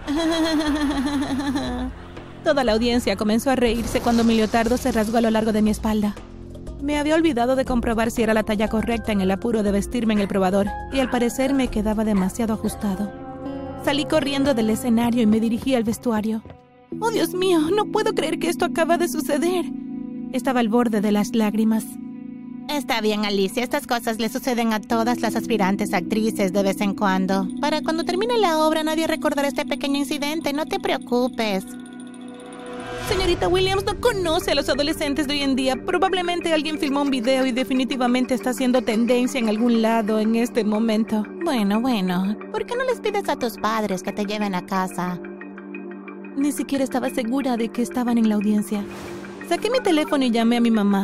Toda la audiencia comenzó a reírse cuando mi leotardo se rasgó a lo largo de mi espalda. Me había olvidado de comprobar si era la talla correcta en el apuro de vestirme en el probador, y al parecer me quedaba demasiado ajustado. Salí corriendo del escenario y me dirigí al vestuario. ¡Oh, Dios mío! No puedo creer que esto acaba de suceder. Estaba al borde de las lágrimas. Está bien, Alicia. Estas cosas le suceden a todas las aspirantes actrices de vez en cuando. Para cuando termine la obra nadie recordará este pequeño incidente. No te preocupes. Señorita Williams no conoce a los adolescentes de hoy en día. Probablemente alguien filmó un video y definitivamente está haciendo tendencia en algún lado en este momento. Bueno. ¿Por qué no les pides a tus padres que te lleven a casa? Ni siquiera estaba segura de que estaban en la audiencia. Saqué mi teléfono y llamé a mi mamá.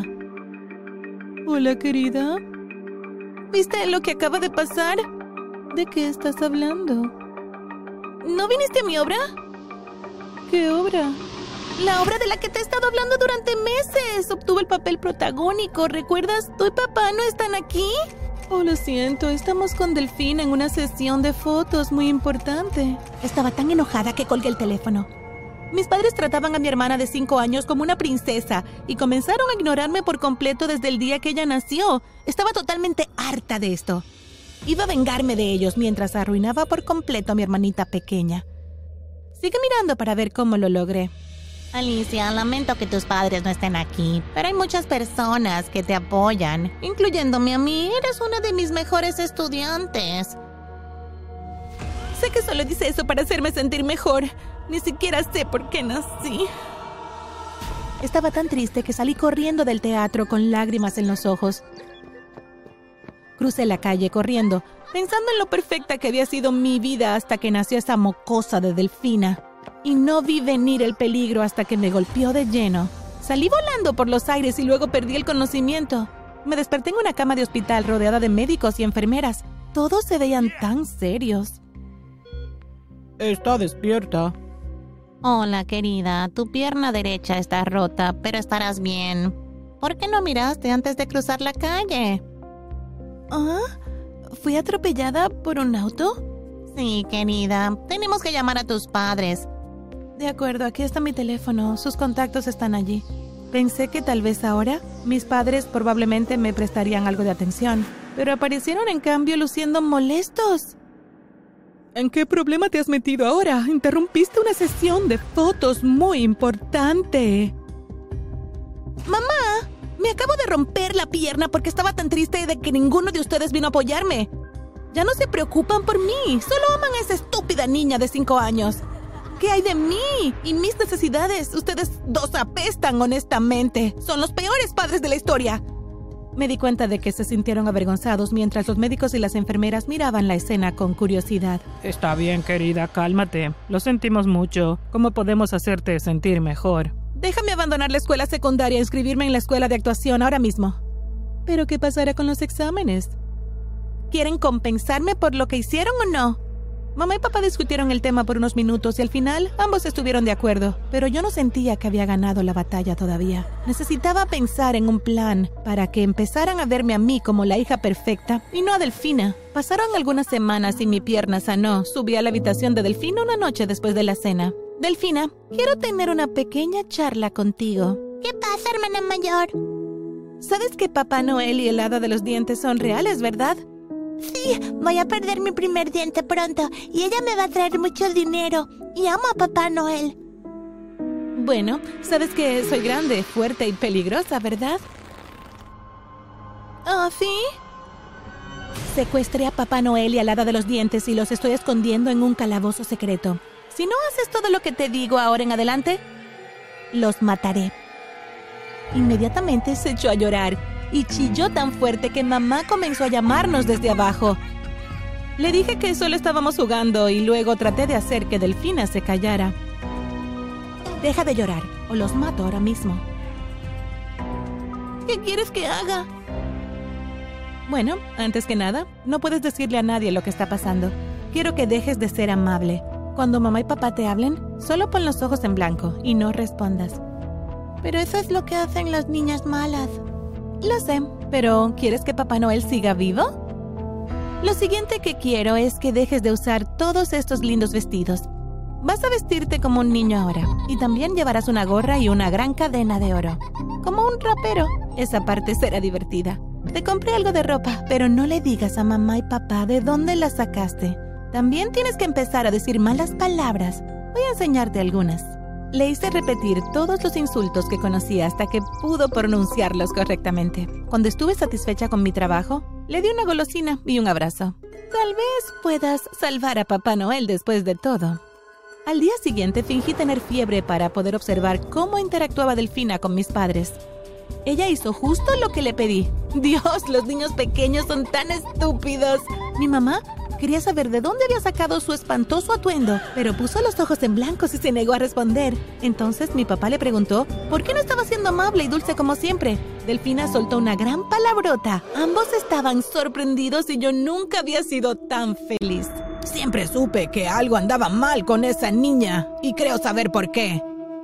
Hola, querida. ¿Viste lo que acaba de pasar? ¿De qué estás hablando? ¿No viniste a mi obra? ¿Qué obra? La obra de la que te he estado hablando durante meses. Obtuve el papel protagónico, ¿recuerdas? ¿Tú y papá no están aquí? Oh, lo siento, estamos con Delfina en una sesión de fotos muy importante. Estaba tan enojada que colgué el teléfono. Mis padres trataban a mi hermana de 5 años como una princesa y comenzaron a ignorarme por completo desde el día que ella nació. Estaba totalmente harta de esto. Iba a vengarme de ellos mientras arruinaba por completo a mi hermanita pequeña. Sigue mirando para ver cómo lo logré. Alicia, lamento que tus padres no estén aquí, pero hay muchas personas que te apoyan, incluyéndome a mí. Eres una de mis mejores estudiantes. Sé que solo dice eso para hacerme sentir mejor. Ni siquiera sé por qué nací. Estaba tan triste que salí corriendo del teatro con lágrimas en los ojos. Crucé la calle corriendo, pensando en lo perfecta que había sido mi vida hasta que nació esa mocosa de Delfina. Y no vi venir el peligro hasta que me golpeó de lleno. Salí volando por los aires y luego perdí el conocimiento. Me desperté en una cama de hospital rodeada de médicos y enfermeras. Todos se veían tan serios. Está despierta. Hola, querida. Tu pierna derecha está rota, pero estarás bien. ¿Por qué no miraste antes de cruzar la calle? ¿Ah? ¿Fui atropellada por un auto? Sí, querida. Tenemos que llamar a tus padres. De acuerdo, aquí está mi teléfono. Sus contactos están allí. Pensé que tal vez ahora mis padres probablemente me prestarían algo de atención, pero aparecieron en cambio luciendo molestos. ¿En qué problema te has metido ahora? Interrumpiste una sesión de fotos muy importante. ¡Mamá! Me acabo de romper la pierna porque estaba tan triste de que ninguno de ustedes vino a apoyarme. Ya no se preocupan por mí. Solo aman a esa estúpida niña de 5 años. ¿Qué hay de mí y mis necesidades? Ustedes dos apestan, honestamente. Son los peores padres de la historia. Me di cuenta de que se sintieron avergonzados mientras los médicos y las enfermeras miraban la escena con curiosidad. Está bien, querida, cálmate. Lo sentimos mucho. ¿Cómo podemos hacerte sentir mejor? Déjame abandonar la escuela secundaria e inscribirme en la escuela de actuación ahora mismo. ¿Pero qué pasará con los exámenes? ¿Quieren compensarme por lo que hicieron o no? Mamá y papá discutieron el tema por unos minutos y al final ambos estuvieron de acuerdo, pero yo no sentía que había ganado la batalla todavía. Necesitaba pensar en un plan para que empezaran a verme a mí como la hija perfecta y no a Delfina. Pasaron algunas semanas y mi pierna sanó. Subí a la habitación de Delfina una noche después de la cena. Delfina, quiero tener una pequeña charla contigo. ¿Qué pasa, hermana mayor? ¿Sabes que Papá Noel y el hada de los dientes son reales, verdad? Sí, voy a perder mi primer diente pronto y ella me va a traer mucho dinero. Y amo a Papá Noel. Bueno, sabes que soy grande, fuerte y peligrosa, ¿verdad? ¿Ah, sí? Secuestré a Papá Noel y al hada de los dientes y los estoy escondiendo en un calabozo secreto. Si no haces todo lo que te digo ahora en adelante, los mataré. Inmediatamente se echó a llorar y chilló tan fuerte que mamá comenzó a llamarnos desde abajo. Le dije que solo estábamos jugando y luego traté de hacer que Delfina se callara. Deja de llorar o los mato ahora mismo. ¿Qué quieres que haga? Bueno, antes que nada, no puedes decirle a nadie lo que está pasando. Quiero que dejes de ser amable. Cuando mamá y papá te hablen, solo pon los ojos en blanco y no respondas. Pero eso es lo que hacen las niñas malas. Lo sé, pero ¿quieres que Papá Noel siga vivo? Lo siguiente que quiero es que dejes de usar todos estos lindos vestidos. Vas a vestirte como un niño ahora. Y también llevarás una gorra y una gran cadena de oro. Como un rapero. Esa parte será divertida. Te compré algo de ropa, pero no le digas a mamá y papá de dónde la sacaste. También tienes que empezar a decir malas palabras. Voy a enseñarte algunas. Le hice repetir todos los insultos que conocía hasta que pudo pronunciarlos correctamente. Cuando estuve satisfecha con mi trabajo, le di una golosina y un abrazo. Tal vez puedas salvar a Papá Noel después de todo. Al día siguiente fingí tener fiebre para poder observar cómo interactuaba Delfina con mis padres. Ella hizo justo lo que le pedí. Dios, los niños pequeños son tan estúpidos. Mi mamá quería saber de dónde había sacado su espantoso atuendo, pero puso los ojos en blanco y se negó a responder. Entonces mi papá le preguntó por qué no estaba siendo amable y dulce como siempre. Delfina soltó una gran palabrota. Ambos estaban sorprendidos y yo nunca había sido tan feliz. Siempre supe que algo andaba mal con esa niña y creo saber por qué.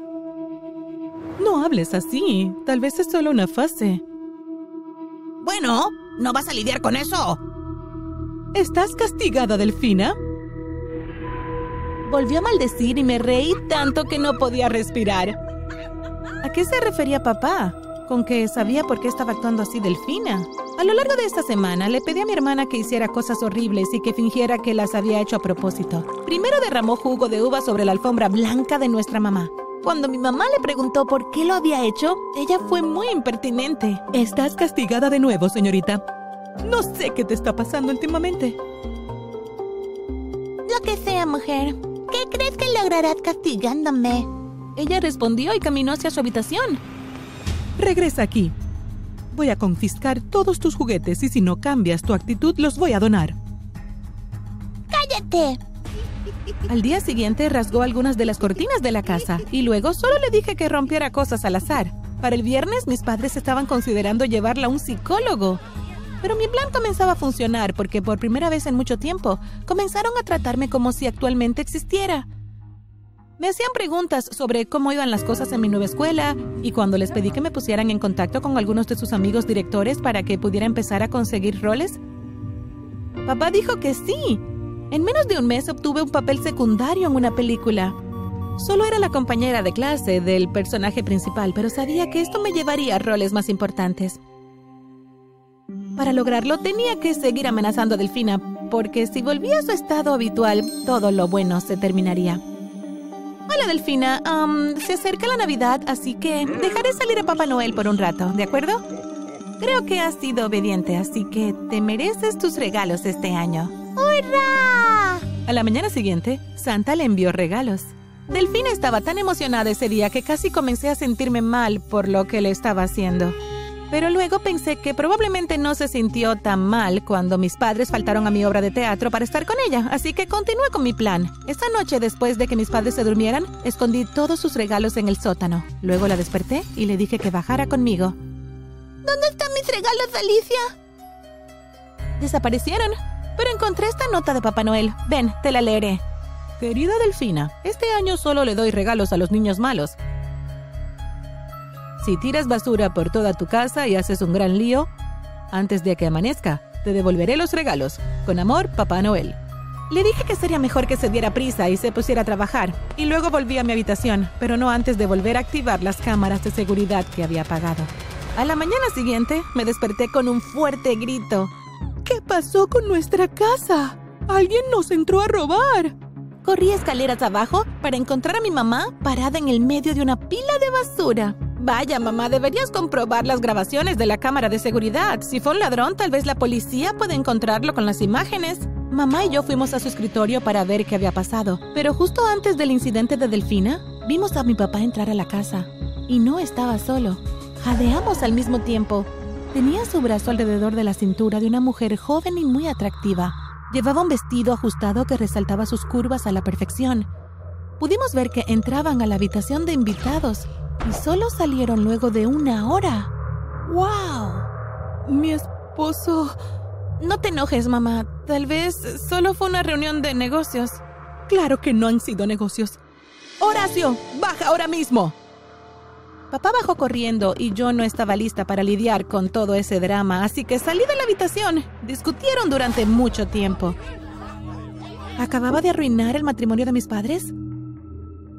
No hables así. Tal vez es solo una fase. Bueno, ¿no vas a lidiar con eso? ¿Estás castigada, Delfina? Volvió a maldecir y me reí tanto que no podía respirar. ¿A qué se refería papá? Con que sabía por qué estaba actuando así Delfina. A lo largo de esta semana le pedí a mi hermana que hiciera cosas horribles y que fingiera que las había hecho a propósito. Primero derramó jugo de uva sobre la alfombra blanca de nuestra mamá. Cuando mi mamá le preguntó por qué lo había hecho, ella fue muy impertinente. Estás castigada de nuevo, señorita. No sé qué te está pasando últimamente. Lo que sea, mujer. ¿Qué crees que lograrás castigándome? Ella respondió y caminó hacia su habitación. Regresa aquí. Voy a confiscar todos tus juguetes y si no cambias tu actitud, los voy a donar. ¡Cállate! Al día siguiente rasgó algunas de las cortinas de la casa y luego solo le dije que rompiera cosas al azar. Para el viernes, mis padres estaban considerando llevarla a un psicólogo. Pero mi plan comenzaba a funcionar porque por primera vez en mucho tiempo comenzaron a tratarme como si actualmente existiera. Me hacían preguntas sobre cómo iban las cosas en mi nueva escuela y cuando les pedí que me pusieran en contacto con algunos de sus amigos directores para que pudiera empezar a conseguir roles, papá dijo que sí. En menos de un mes obtuve un papel secundario en una película. Solo era la compañera de clase del personaje principal, pero sabía que esto me llevaría a roles más importantes. Para lograrlo tenía que seguir amenazando a Delfina, porque si volvía a su estado habitual, todo lo bueno se terminaría. Hola, Delfina. Se acerca la Navidad, así que dejaré salir a Papá Noel por un rato, ¿de acuerdo? Creo que has sido obediente, así que te mereces tus regalos este año. ¡Hurra! A la mañana siguiente, Santa le envió regalos. Delfina estaba tan emocionada ese día que casi comencé a sentirme mal por lo que le estaba haciendo. Pero luego pensé que probablemente no se sintió tan mal cuando mis padres faltaron a mi obra de teatro para estar con ella, así que continué con mi plan. Esa noche, después de que mis padres se durmieran, escondí todos sus regalos en el sótano. Luego la desperté y le dije que bajara conmigo. ¿Dónde están mis regalos, Alicia? Desaparecieron, pero encontré esta nota de Papá Noel. Ven, te la leeré. Querida Delfina, este año solo le doy regalos a los niños malos. Si tiras basura por toda tu casa y haces un gran lío, antes de que amanezca, te devolveré los regalos. Con amor, Papá Noel. Le dije que sería mejor que se diera prisa y se pusiera a trabajar, y luego volví a mi habitación, pero no antes de volver a activar las cámaras de seguridad que había apagado. A la mañana siguiente, me desperté con un fuerte grito. ¿Qué pasó con nuestra casa? ¡Alguien nos entró a robar! Corrí escaleras abajo para encontrar a mi mamá parada en el medio de una pila de basura. Vaya, mamá, deberías comprobar las grabaciones de la cámara de seguridad. Si fue un ladrón, tal vez la policía puede encontrarlo con las imágenes. Mamá y yo fuimos a su escritorio para ver qué había pasado. Pero justo antes del incidente de Delfina, vimos a mi papá entrar a la casa. Y no estaba solo. Jadeamos al mismo tiempo. Tenía su brazo alrededor de la cintura de una mujer joven y muy atractiva. Llevaba un vestido ajustado que resaltaba sus curvas a la perfección. Pudimos ver que entraban a la habitación de invitados y solo salieron luego de 1 hora. ¡Wow! Mi esposo... No te enojes, mamá. Tal vez solo fue una reunión de negocios. Claro que no han sido negocios. ¡Horacio! ¡Baja ahora mismo! Papá bajó corriendo y yo no estaba lista para lidiar con todo ese drama, así que salí de la habitación. Discutieron durante mucho tiempo. ¿Acababa de arruinar el matrimonio de mis padres?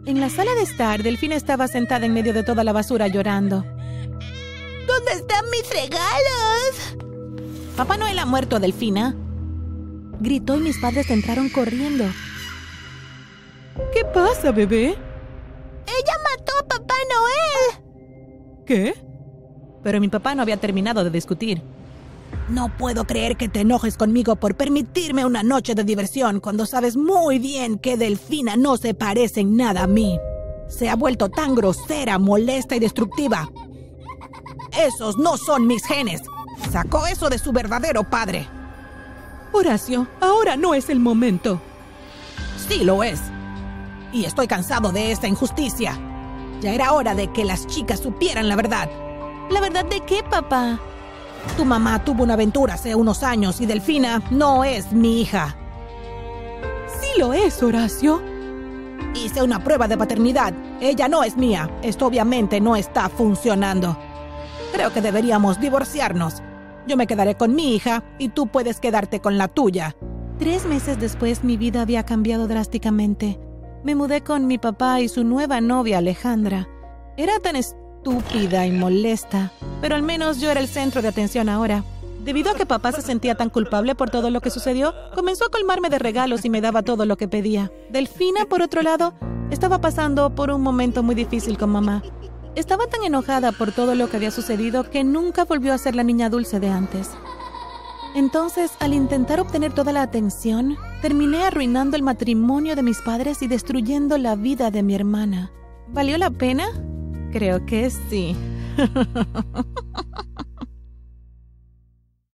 En la sala de estar, Delfina estaba sentada en medio de toda la basura llorando. ¿Dónde están mis regalos? Papá Noel ha muerto, Delfina. Gritó y mis padres entraron corriendo. ¿Qué pasa, bebé? ¡Ella mató a Papá Noel! ¿Qué? Pero mi papá no había terminado de discutir. No puedo creer que te enojes conmigo por permitirme una noche de diversión cuando sabes muy bien que Delfina no se parece en nada a mí. Se ha vuelto tan grosera, molesta y destructiva. Esos no son mis genes. Sacó eso de su verdadero padre. Horacio, ahora no es el momento. Sí lo es. Y estoy cansado de esta injusticia. Ya era hora de que las chicas supieran la verdad. ¿La verdad de qué, papá? Tu mamá tuvo una aventura hace unos años y Delfina no es mi hija. Sí lo es, Horacio. Hice una prueba de paternidad. Ella no es mía. Esto obviamente no está funcionando. Creo que deberíamos divorciarnos. Yo me quedaré con mi hija y tú puedes quedarte con la tuya. 3 meses después, mi vida había cambiado drásticamente. Me mudé con mi papá y su nueva novia, Alejandra. Era tan estúpida y molesta, pero al menos yo era el centro de atención ahora. Debido a que papá se sentía tan culpable por todo lo que sucedió, comenzó a colmarme de regalos y me daba todo lo que pedía. Delfina, por otro lado, estaba pasando por un momento muy difícil con mamá. Estaba tan enojada por todo lo que había sucedido que nunca volvió a ser la niña dulce de antes. Entonces, al intentar obtener toda la atención, terminé arruinando el matrimonio de mis padres y destruyendo la vida de mi hermana. ¿Valió la pena? Creo que sí.